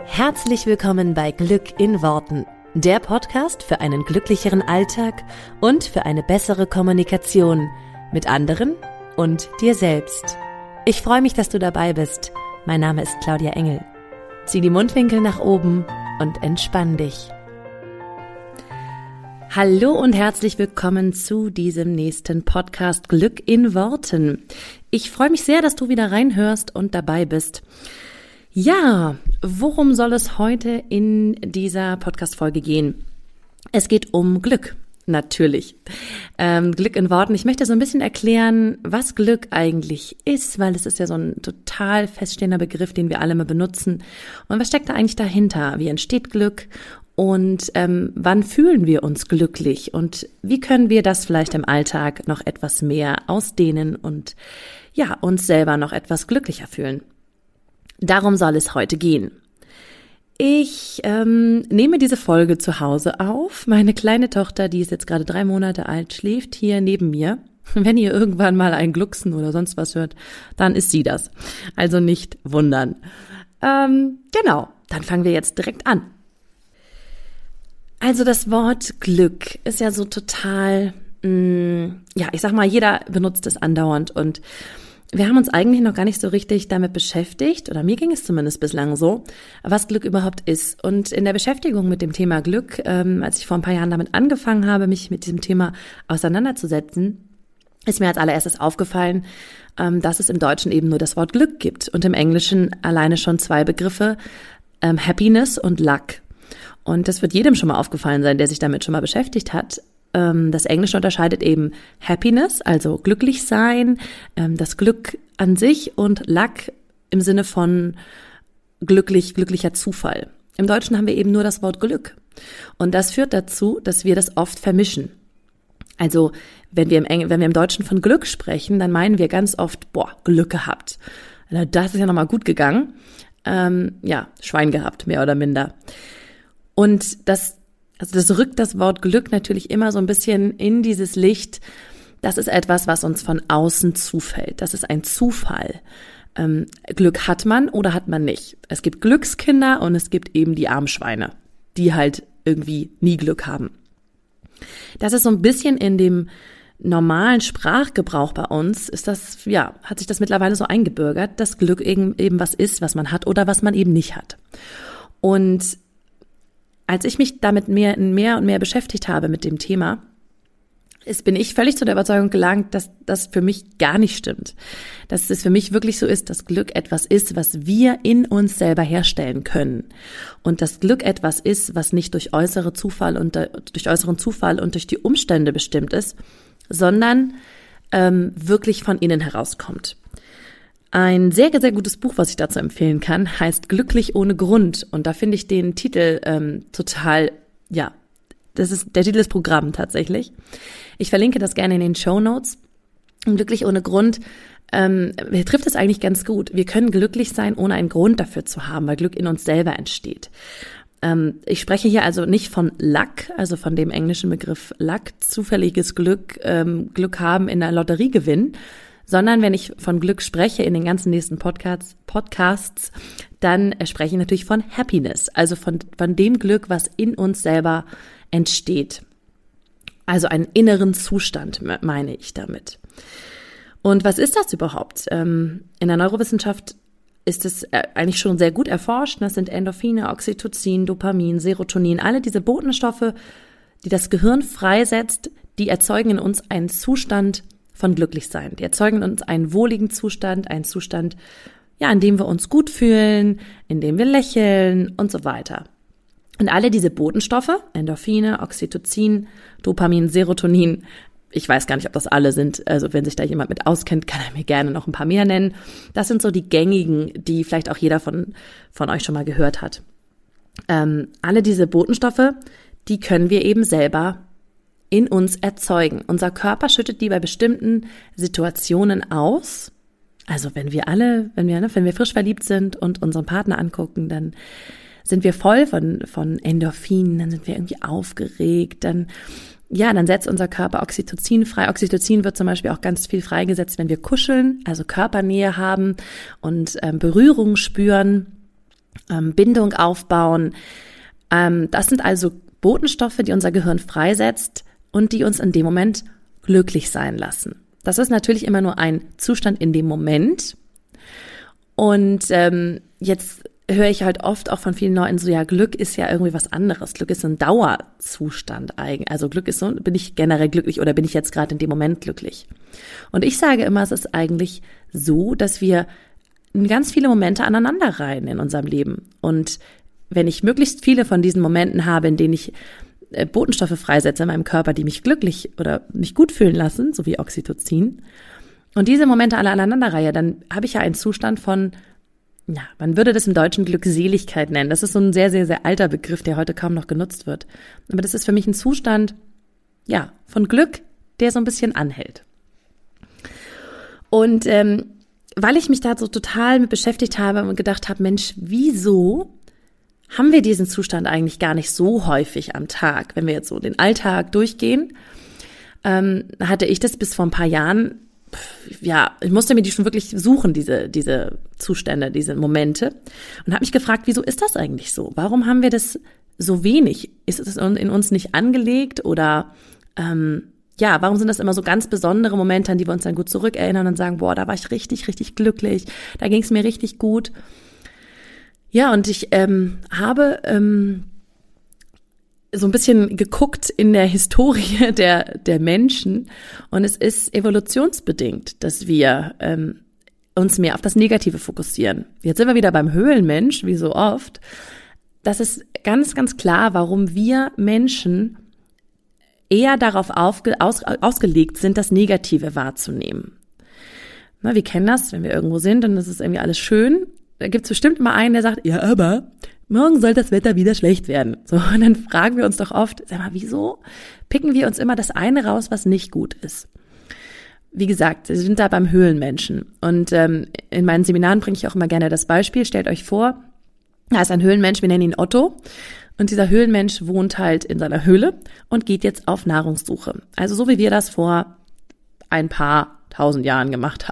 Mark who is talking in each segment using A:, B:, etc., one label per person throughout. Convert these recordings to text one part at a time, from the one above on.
A: Herzlich willkommen bei Glück in Worten, der Podcast für einen glücklicheren Alltag und für eine bessere Kommunikation mit anderen und dir selbst. Ich freue mich, dass du dabei bist. Mein Name ist Claudia Engel. Zieh die Mundwinkel nach oben und entspann dich. Hallo und herzlich willkommen zu diesem nächsten Podcast Glück in Worten. Ich freue mich sehr, dass du wieder reinhörst und dabei bist. Ja, worum soll es heute in dieser Podcast-Folge gehen? Es geht um Glück, natürlich. Glück in Worten. Ich möchte so ein bisschen erklären, was Glück eigentlich ist, weil es ist ja so ein total feststehender Begriff, den wir alle mal benutzen. Und was steckt da eigentlich dahinter? Wie entsteht Glück? Und wann fühlen wir uns glücklich? Und wie können wir das vielleicht im Alltag noch etwas mehr ausdehnen und ja, uns selber noch etwas glücklicher fühlen? Darum soll es heute gehen. Ich nehme diese Folge zu Hause auf. Meine kleine Tochter, die ist jetzt gerade 3 Monate alt, schläft hier neben mir. Wenn ihr irgendwann mal ein Glucksen oder sonst was hört, dann ist sie das. Also nicht wundern. Genau, dann fangen wir jetzt direkt an. Also das Wort Glück ist ja so total, ja, ich sag mal, jeder benutzt es andauernd und wir haben uns eigentlich noch gar nicht so richtig damit beschäftigt, oder mir ging es zumindest bislang so, was Glück überhaupt ist. Und in der Beschäftigung mit dem Thema Glück, als ich vor ein paar Jahren damit angefangen habe, mich mit diesem Thema auseinanderzusetzen, ist mir als allererstes aufgefallen, dass es im Deutschen eben nur das Wort Glück gibt und im Englischen alleine schon 2 Begriffe, Happiness und Luck. Und das wird jedem schon mal aufgefallen sein, der sich damit schon mal beschäftigt hat. Das Englische unterscheidet eben Happiness, also glücklich sein, das Glück an sich und Luck im Sinne von glücklicher Zufall. Im Deutschen haben wir eben nur das Wort Glück. Und das führt dazu, dass wir das oft vermischen. Also wenn wir im Deutschen von Glück sprechen, dann meinen wir ganz oft, Glück gehabt. Das ist ja nochmal gut gegangen. Schwein gehabt, mehr oder minder. Und das rückt das Wort Glück natürlich immer so ein bisschen in dieses Licht. Das ist etwas, was uns von außen zufällt. Das ist ein Zufall. Glück hat man oder hat man nicht. Es gibt Glückskinder und es gibt eben die Armschweine, die halt irgendwie nie Glück haben. Das ist so ein bisschen in dem normalen Sprachgebrauch bei uns, hat sich das mittlerweile so eingebürgert, dass Glück eben was ist, was man hat oder was man eben nicht hat. Und als ich mich damit mehr und mehr beschäftigt habe mit dem Thema, bin ich völlig zu der Überzeugung gelangt, dass das für mich gar nicht stimmt. Dass es für mich wirklich so ist, dass Glück etwas ist, was wir in uns selber herstellen können. Und dass Glück etwas ist, was nicht durch äußeren Zufall und durch die Umstände bestimmt ist, sondern wirklich von innen herauskommt. Ein sehr, sehr gutes Buch, was ich dazu empfehlen kann, heißt Glücklich ohne Grund. Und da finde ich den Titel der Titel des Programms tatsächlich. Ich verlinke das gerne in den Shownotes. Glücklich ohne Grund trifft es eigentlich ganz gut. Wir können glücklich sein, ohne einen Grund dafür zu haben, weil Glück in uns selber entsteht. Ich spreche hier also nicht von Luck, also von dem englischen Begriff Luck, zufälliges Glück, Glück haben in der Lotterie gewinnen, sondern wenn ich von Glück spreche in den ganzen nächsten Podcasts, dann spreche ich natürlich von Happiness, also von dem Glück, was in uns selber entsteht. Also einen inneren Zustand, meine ich damit. Und was ist das überhaupt? In der Neurowissenschaft ist es eigentlich schon sehr gut erforscht. Das sind Endorphine, Oxytocin, Dopamin, Serotonin, alle diese Botenstoffe, die das Gehirn freisetzt, die erzeugen in uns einen Zustand von Glücklichsein. Die erzeugen in uns einen wohligen Zustand, einen Zustand, in dem wir uns gut fühlen, in dem wir lächeln und so weiter. Und alle diese Botenstoffe, Endorphine, Oxytocin, Dopamin, Serotonin, ich weiß gar nicht, ob das alle sind, also wenn sich da jemand mit auskennt, kann er mir gerne noch ein paar mehr nennen. Das sind so die gängigen, die vielleicht auch jeder von euch schon mal gehört hat. Alle diese Botenstoffe, die können wir eben selber in uns erzeugen. Unser Körper schüttet die bei bestimmten Situationen aus. Also wenn wir frisch verliebt sind und unseren Partner angucken, dann sind wir voll von Endorphinen, dann sind wir irgendwie aufgeregt, dann setzt unser Körper Oxytocin frei. Oxytocin wird zum Beispiel auch ganz viel freigesetzt, wenn wir kuscheln, also Körpernähe haben und Berührung spüren. Bindung aufbauen. Das sind also Botenstoffe, die unser Gehirn freisetzt und die uns in dem Moment glücklich sein lassen. Das ist natürlich immer nur ein Zustand in dem Moment. Und jetzt höre ich halt oft auch von vielen Leuten so, ja, Glück ist ja irgendwie was anderes. Glück ist so ein Dauerzustand eigentlich. Also Glück ist so, bin ich generell glücklich oder bin ich jetzt gerade in dem Moment glücklich? Und ich sage immer, es ist eigentlich so, dass wir ganz viele Momente aneinanderreihen in unserem Leben. Und wenn ich möglichst viele von diesen Momenten habe, in denen ich Botenstoffe freisetze in meinem Körper, die mich glücklich oder mich gut fühlen lassen, so wie Oxytocin, und diese Momente alle aneinanderreihe, dann habe ich ja einen Zustand von, ja, man würde das im Deutschen Glückseligkeit nennen. Das ist so ein sehr, sehr, sehr alter Begriff, der heute kaum noch genutzt wird. Aber das ist für mich ein Zustand, ja, von Glück, der so ein bisschen anhält. Und weil ich mich da so total mit beschäftigt habe und gedacht habe, Mensch, wieso haben wir diesen Zustand eigentlich gar nicht so häufig am Tag? Wenn wir jetzt so den Alltag durchgehen, hatte ich das bis vor ein paar Jahren, ja, ich musste mir die schon wirklich suchen, diese Zustände, diese Momente, und habe mich gefragt, wieso ist das eigentlich so? Warum haben wir das so wenig? Ist es in uns nicht angelegt oder ja, warum sind das immer so ganz besondere Momente, an die wir uns dann gut zurückerinnern und sagen, boah, da war ich richtig, richtig glücklich, da ging es mir richtig gut. Ja, und ich habe so ein bisschen geguckt in der Historie der Menschen, und es ist evolutionsbedingt, dass wir uns mehr auf das Negative fokussieren. Jetzt sind wir wieder beim Höhlenmensch, wie so oft. Das ist ganz, ganz klar, warum wir Menschen eher darauf ausgelegt sind, das Negative wahrzunehmen. Na, wir kennen das, wenn wir irgendwo sind und es ist irgendwie alles schön. Da gibt's bestimmt immer einen, der sagt, ja, aber morgen soll das Wetter wieder schlecht werden. So, und dann fragen wir uns doch oft, sag mal, wieso picken wir uns immer das eine raus, was nicht gut ist? Wie gesagt, wir sind da beim Höhlenmenschen. Und in meinen Seminaren bringe ich auch immer gerne das Beispiel. Stellt euch vor, da ist ein Höhlenmensch, wir nennen ihn Otto. Und dieser Höhlenmensch wohnt halt in seiner Höhle und geht jetzt auf Nahrungssuche. Also so wie wir das vor ein paar 1000 Jahren gemacht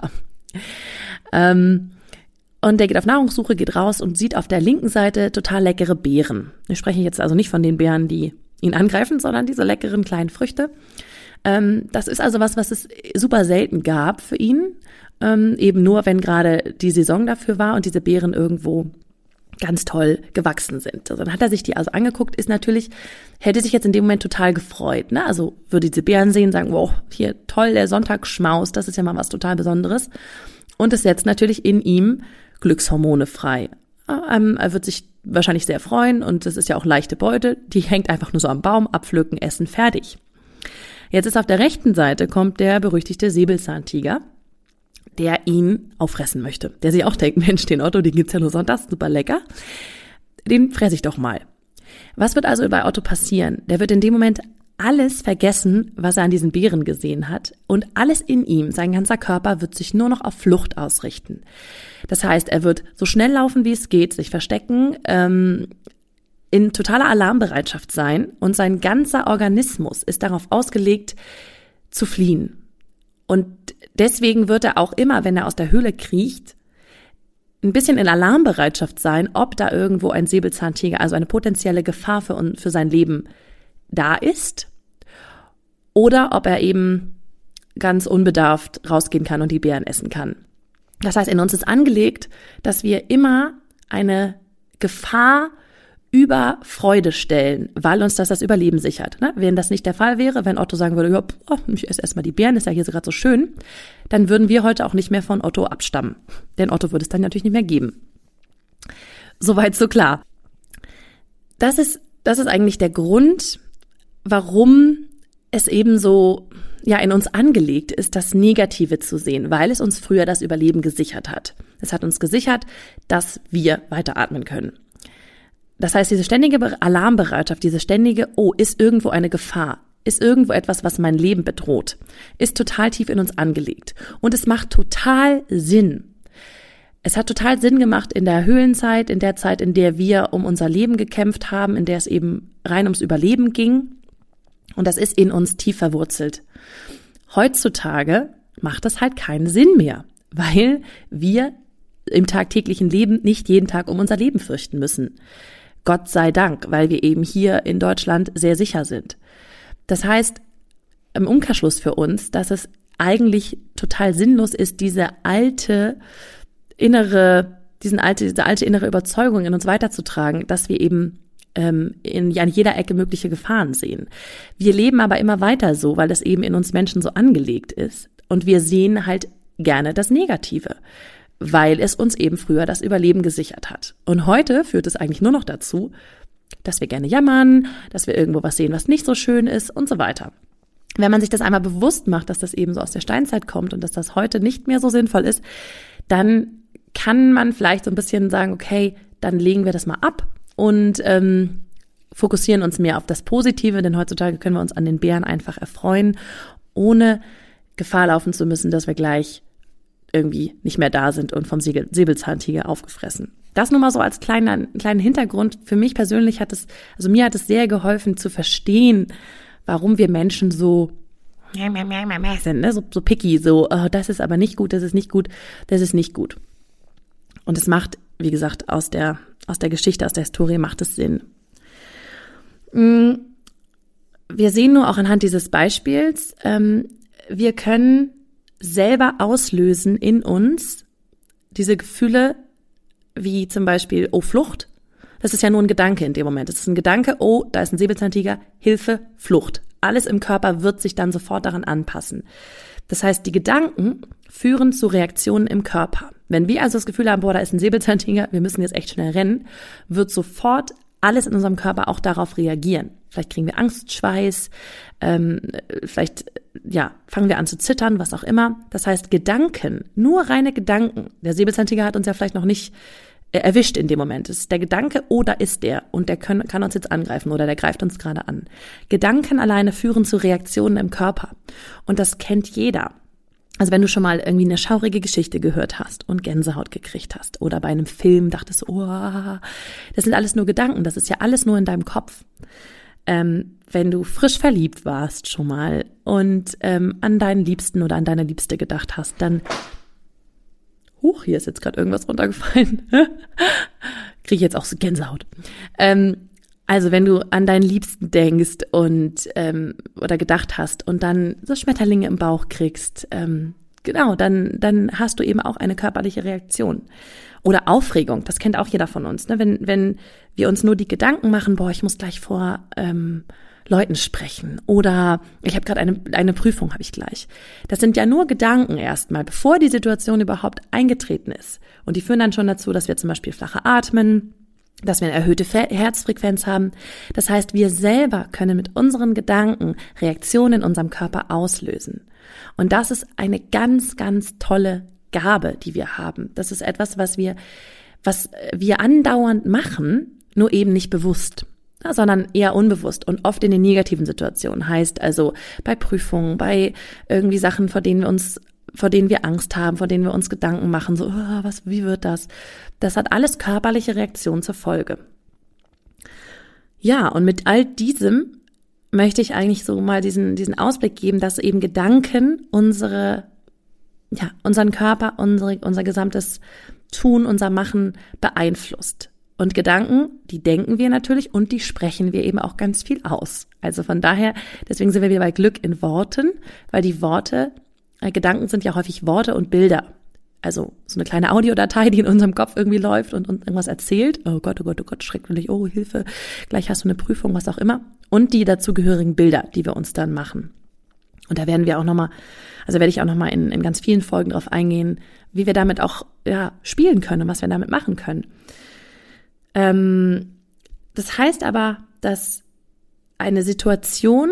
A: haben. Und der geht auf Nahrungssuche, geht raus und sieht auf der linken Seite total leckere Beeren. Wir sprechen jetzt also nicht von den Beeren, die ihn angreifen, sondern diese leckeren kleinen Früchte. Das ist also was es super selten gab für ihn. Eben nur, wenn gerade die Saison dafür war und diese Beeren irgendwo ganz toll gewachsen sind. Also dann hat er sich die also angeguckt, hätte sich jetzt in dem Moment total gefreut, ne? Also würde diese Beeren sehen, sagen, wow, hier toll, der Sonntagsschmaus, das ist ja mal was total Besonderes. Und es setzt natürlich in ihm Glückshormone frei. Er wird sich wahrscheinlich sehr freuen und das ist ja auch leichte Beute, die hängt einfach nur so am Baum, abpflücken, essen, fertig. Jetzt ist auf der rechten Seite kommt der berüchtigte Säbelzahntiger, der ihn auffressen möchte. Der sich auch denkt, Mensch, den Otto, den gibt's ja nur sonntags, super lecker. Den fresse ich doch mal. Was wird also bei Otto passieren? Der wird in dem Moment alles vergessen, was er an diesen Beeren gesehen hat. Und alles in ihm, sein ganzer Körper, wird sich nur noch auf Flucht ausrichten. Das heißt, er wird so schnell laufen, wie es geht, sich verstecken, in totaler Alarmbereitschaft sein. Und sein ganzer Organismus ist darauf ausgelegt, zu fliehen. Und deswegen wird er auch immer, wenn er aus der Höhle kriecht, ein bisschen in Alarmbereitschaft sein, ob da irgendwo ein Säbelzahntiger, also eine potenzielle Gefahr für sein Leben da ist oder ob er eben ganz unbedarft rausgehen kann und die Beeren essen kann. Das heißt, in uns ist angelegt, dass wir immer eine Gefahr über Freude stellen, weil uns das Überleben sichert. Ne? Wenn das nicht der Fall wäre, wenn Otto sagen würde, ja, ich esse erstmal die Beeren, ist ja hier gerade so schön, dann würden wir heute auch nicht mehr von Otto abstammen. Denn Otto würde es dann natürlich nicht mehr geben. Soweit so klar. Das ist eigentlich der Grund, warum es eben so in uns angelegt ist, das Negative zu sehen, weil es uns früher das Überleben gesichert hat. Es hat uns gesichert, dass wir weiteratmen können. Das heißt, diese ständige Alarmbereitschaft, diese ständige, ist irgendwo eine Gefahr, ist irgendwo etwas, was mein Leben bedroht, ist total tief in uns angelegt. Und es macht total Sinn. Es hat total Sinn gemacht in der Höhlenzeit, in der Zeit, in der wir um unser Leben gekämpft haben, in der es eben rein ums Überleben ging. Und das ist in uns tief verwurzelt. Heutzutage macht das halt keinen Sinn mehr, weil wir im tagtäglichen Leben nicht jeden Tag um unser Leben fürchten müssen. Gott sei Dank, weil wir eben hier in Deutschland sehr sicher sind. Das heißt, im Umkehrschluss für uns, dass es eigentlich total sinnlos ist, diese alte innere Überzeugung in uns weiterzutragen, dass wir eben an jeder Ecke mögliche Gefahren sehen. Wir leben aber immer weiter so, weil das eben in uns Menschen so angelegt ist. Und wir sehen halt gerne das Negative, weil es uns eben früher das Überleben gesichert hat. Und heute führt es eigentlich nur noch dazu, dass wir gerne jammern, dass wir irgendwo was sehen, was nicht so schön ist und so weiter. Wenn man sich das einmal bewusst macht, dass das eben so aus der Steinzeit kommt und dass das heute nicht mehr so sinnvoll ist, dann kann man vielleicht so ein bisschen sagen, okay, dann legen wir das mal ab und fokussieren uns mehr auf das Positive, denn heutzutage können wir uns an den Bären einfach erfreuen, ohne Gefahr laufen zu müssen, dass wir gleich irgendwie nicht mehr da sind und vom Säbelzahntiger aufgefressen. Das nur mal so als kleinen Hintergrund. Für mich persönlich mir hat es sehr geholfen zu verstehen, warum wir Menschen so sind, ne? so picky, so, oh, das ist aber nicht gut, das ist nicht gut, das ist nicht gut. Und es macht, wie gesagt, aus der Geschichte, aus der Historie macht es Sinn. Wir sehen nur auch anhand dieses Beispiels, wir können selber auslösen in uns diese Gefühle wie zum Beispiel, oh, Flucht. Das ist ja nur ein Gedanke in dem Moment. Das ist ein Gedanke, oh, da ist ein Säbelzahntiger, Hilfe, Flucht. Alles im Körper wird sich dann sofort daran anpassen. Das heißt, die Gedanken führen zu Reaktionen im Körper. Wenn wir also das Gefühl haben, boah, da ist ein Säbelzahntiger, wir müssen jetzt echt schnell rennen, wird sofort alles in unserem Körper auch darauf reagieren. Vielleicht kriegen wir Angstschweiß, vielleicht fangen wir an zu zittern, was auch immer. Das heißt, Gedanken, nur reine Gedanken. Der Säbelzahntiger hat uns ja vielleicht noch nicht erwischt in dem Moment. Es ist der Gedanke, oh, da ist der und der kann uns jetzt angreifen oder der greift uns gerade an. Gedanken alleine führen zu Reaktionen im Körper und das kennt jeder. Also wenn du schon mal irgendwie eine schaurige Geschichte gehört hast und Gänsehaut gekriegt hast oder bei einem Film dachtest, oh, das sind alles nur Gedanken, das ist ja alles nur in deinem Kopf. Wenn du frisch verliebt warst schon mal und an deinen Liebsten oder an deine Liebste gedacht hast, dann hier ist jetzt gerade irgendwas runtergefallen. Kriege ich jetzt auch so Gänsehaut. Also wenn du an deinen Liebsten denkst und oder gedacht hast und dann so Schmetterlinge im Bauch kriegst, dann hast du eben auch eine körperliche Reaktion. Oder Aufregung, das kennt auch jeder von uns. Ne? Wenn wir uns nur die Gedanken machen, boah, ich muss gleich vor Leuten sprechen oder ich habe gerade eine Prüfung, habe ich gleich. Das sind ja nur Gedanken erstmal, bevor die Situation überhaupt eingetreten ist. Und die führen dann schon dazu, dass wir zum Beispiel flacher atmen, dass wir eine erhöhte Herzfrequenz haben. Das heißt, wir selber können mit unseren Gedanken Reaktionen in unserem Körper auslösen. Und das ist eine ganz, ganz tolle Gabe, die wir haben. Das ist etwas, was wir andauernd machen, nur eben nicht bewusst, sondern eher unbewusst und oft in den negativen Situationen. Heißt also bei Prüfungen, bei irgendwie Sachen, vor denen wir Angst haben, vor denen wir uns Gedanken machen, so, wie wird das? Das hat alles körperliche Reaktionen zur Folge. Ja, und mit all diesem möchte ich eigentlich so mal diesen Ausblick geben, dass eben Gedanken unseren Körper, unser gesamtes Tun, unser Machen beeinflusst. Und Gedanken, die denken wir natürlich und die sprechen wir eben auch ganz viel aus. Also von daher, deswegen sind wir wieder bei Glück in Worten, weil Gedanken sind ja häufig Worte und Bilder. Also so eine kleine Audiodatei, die in unserem Kopf irgendwie läuft und uns irgendwas erzählt. Oh Gott, schrecklich, oh Hilfe, gleich hast du eine Prüfung, was auch immer. Und die dazugehörigen Bilder, die wir uns dann machen. Und da werde ich auch nochmal in ganz vielen Folgen drauf eingehen, wie wir damit auch spielen können und was wir damit machen können. Das heißt aber, dass eine Situation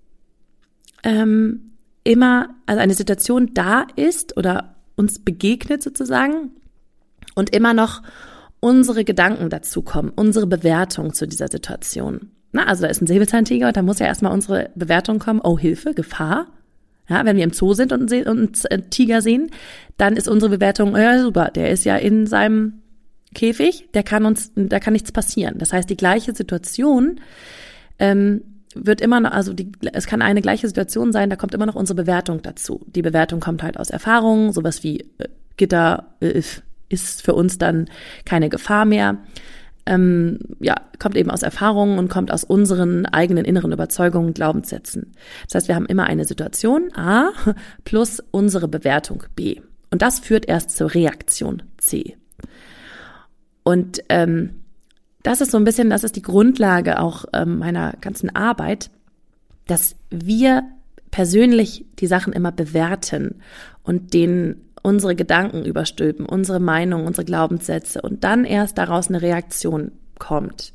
A: eine Situation da ist oder uns begegnet sozusagen und immer noch unsere Gedanken dazukommen, unsere Bewertung zu dieser Situation. Also da ist ein Säbelzahntiger und da muss ja erstmal unsere Bewertung kommen, oh Hilfe, Gefahr. Ja, wenn wir im Zoo sind und einen Tiger sehen, dann ist unsere Bewertung, ja super, der ist ja in seinem Käfig, da kann nichts passieren. Das heißt, die gleiche Situation wird immer noch, es kann eine gleiche Situation sein, da kommt immer noch unsere Bewertung dazu. Die Bewertung kommt halt aus Erfahrungen, sowas wie Gitter, ist für uns dann keine Gefahr mehr. Kommt eben aus Erfahrungen und kommt aus unseren eigenen inneren Überzeugungen, Glaubenssätzen. Das heißt, wir haben immer eine Situation A plus unsere Bewertung B. Und das führt erst zur Reaktion C. Und das ist so ein bisschen, das ist die Grundlage auch meiner ganzen Arbeit, dass wir persönlich die Sachen immer bewerten und denen unsere Gedanken überstülpen, unsere Meinung, unsere Glaubenssätze und dann erst daraus eine Reaktion kommt.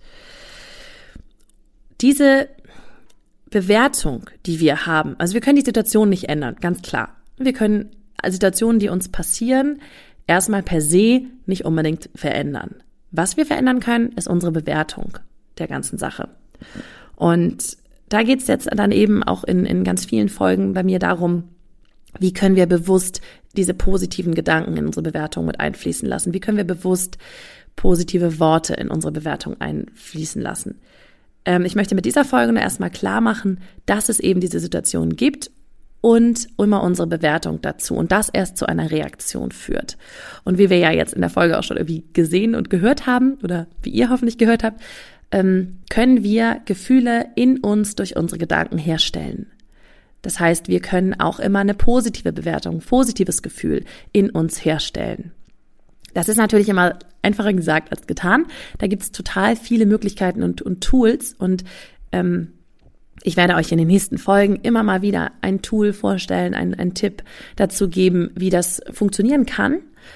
A: Diese Bewertung, die wir haben, also wir können die Situation nicht ändern, ganz klar. Wir können Situationen, die uns passieren, erstmal per se nicht unbedingt verändern. Was wir verändern können, ist unsere Bewertung der ganzen Sache. Und da geht es jetzt dann eben auch in ganz vielen Folgen bei mir darum, wie können wir bewusst diese positiven Gedanken in unsere Bewertung mit einfließen lassen? Wie können wir bewusst positive Worte in unsere Bewertung einfließen lassen? Ich möchte mit dieser Folge nur erstmal klar machen, dass es eben diese Situationen gibt und immer unsere Bewertung dazu und das erst zu einer Reaktion führt. Und wie wir ja jetzt in der Folge auch schon irgendwie gesehen und gehört haben oder wie ihr hoffentlich gehört habt, können wir Gefühle in uns durch unsere Gedanken herstellen. Das heißt, wir können auch immer eine positive Bewertung, positives Gefühl in uns herstellen. Das ist natürlich immer einfacher gesagt als getan. Da gibt es total viele Möglichkeiten und Tools und ich werde euch in den nächsten Folgen immer mal wieder ein Tool vorstellen, einen Tipp dazu geben, wie das funktionieren kann.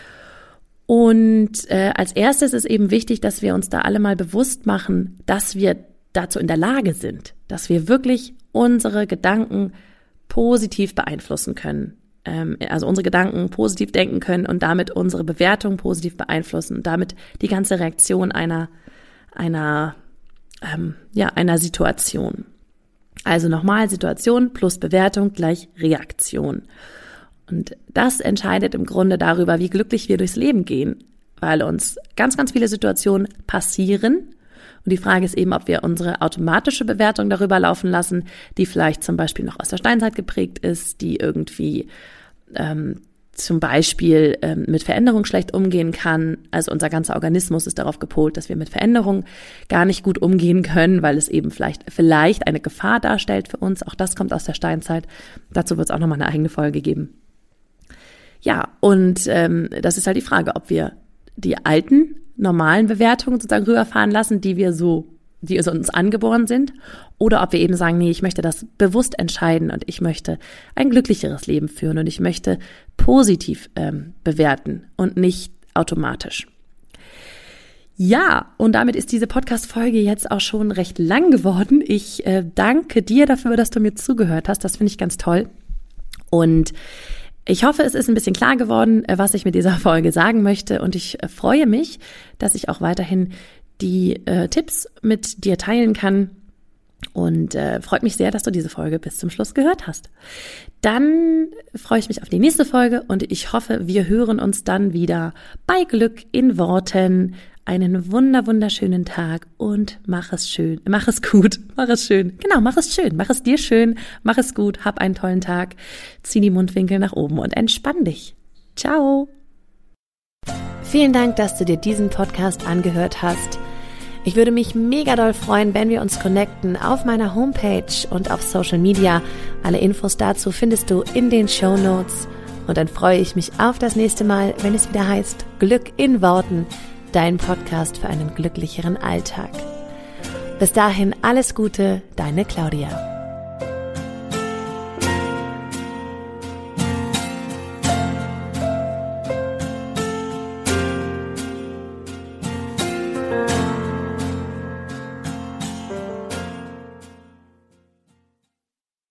A: Und als erstes ist eben wichtig, dass wir uns da alle mal bewusst machen, dass wir dazu in der Lage sind, dass wir wirklich unsere Gedanken positiv beeinflussen können. Also unsere Gedanken positiv denken können und damit unsere Bewertung positiv beeinflussen und damit die ganze Reaktion einer Situation. Also nochmal, Situation plus Bewertung gleich Reaktion. Und das entscheidet im Grunde darüber, wie glücklich wir durchs Leben gehen, weil uns ganz, ganz viele Situationen passieren. Und die Frage ist eben, ob wir unsere automatische Bewertung darüber laufen lassen, die vielleicht zum Beispiel noch aus der Steinzeit geprägt ist, die irgendwie zum Beispiel mit Veränderung schlecht umgehen kann. Also unser ganzer Organismus ist darauf gepolt, dass wir mit Veränderung gar nicht gut umgehen können, weil es eben vielleicht eine Gefahr darstellt für uns. Auch das kommt aus der Steinzeit. Dazu wird es auch nochmal eine eigene Folge geben. Ja, und das ist halt die Frage, ob wir die alten normalen Bewertungen sozusagen rüberfahren lassen, die uns angeboren sind, oder ob wir eben sagen, nee, ich möchte das bewusst entscheiden und ich möchte ein glücklicheres Leben führen und ich möchte positiv bewerten und nicht automatisch. Ja, und damit ist diese Podcast-Folge jetzt auch schon recht lang geworden. Ich danke dir dafür, dass du mir zugehört hast. Das finde ich ganz toll. Und ich hoffe, es ist ein bisschen klar geworden, was ich mit dieser Folge sagen möchte. Und ich freue mich, dass ich auch weiterhin die Tipps mit dir teilen kann. Und freut mich sehr, dass du diese Folge bis zum Schluss gehört hast. Dann freue ich mich auf die nächste Folge und ich hoffe, wir hören uns dann wieder bei Glück in Worten. Einen wunderschönen Tag und mach es schön, mach es gut, mach es schön. Genau, mach es schön, mach es dir schön, mach es gut, hab einen tollen Tag, zieh die Mundwinkel nach oben und entspann dich. Ciao. Vielen Dank, dass du dir diesen Podcast angehört hast. Ich würde mich mega doll freuen, wenn wir uns connecten auf meiner Homepage und auf Social Media. Alle Infos dazu findest du in den Shownotes. Und dann freue ich mich auf das nächste Mal, wenn es wieder heißt Glück in Worten. Dein Podcast für einen glücklicheren Alltag. Bis dahin alles Gute, deine Claudia.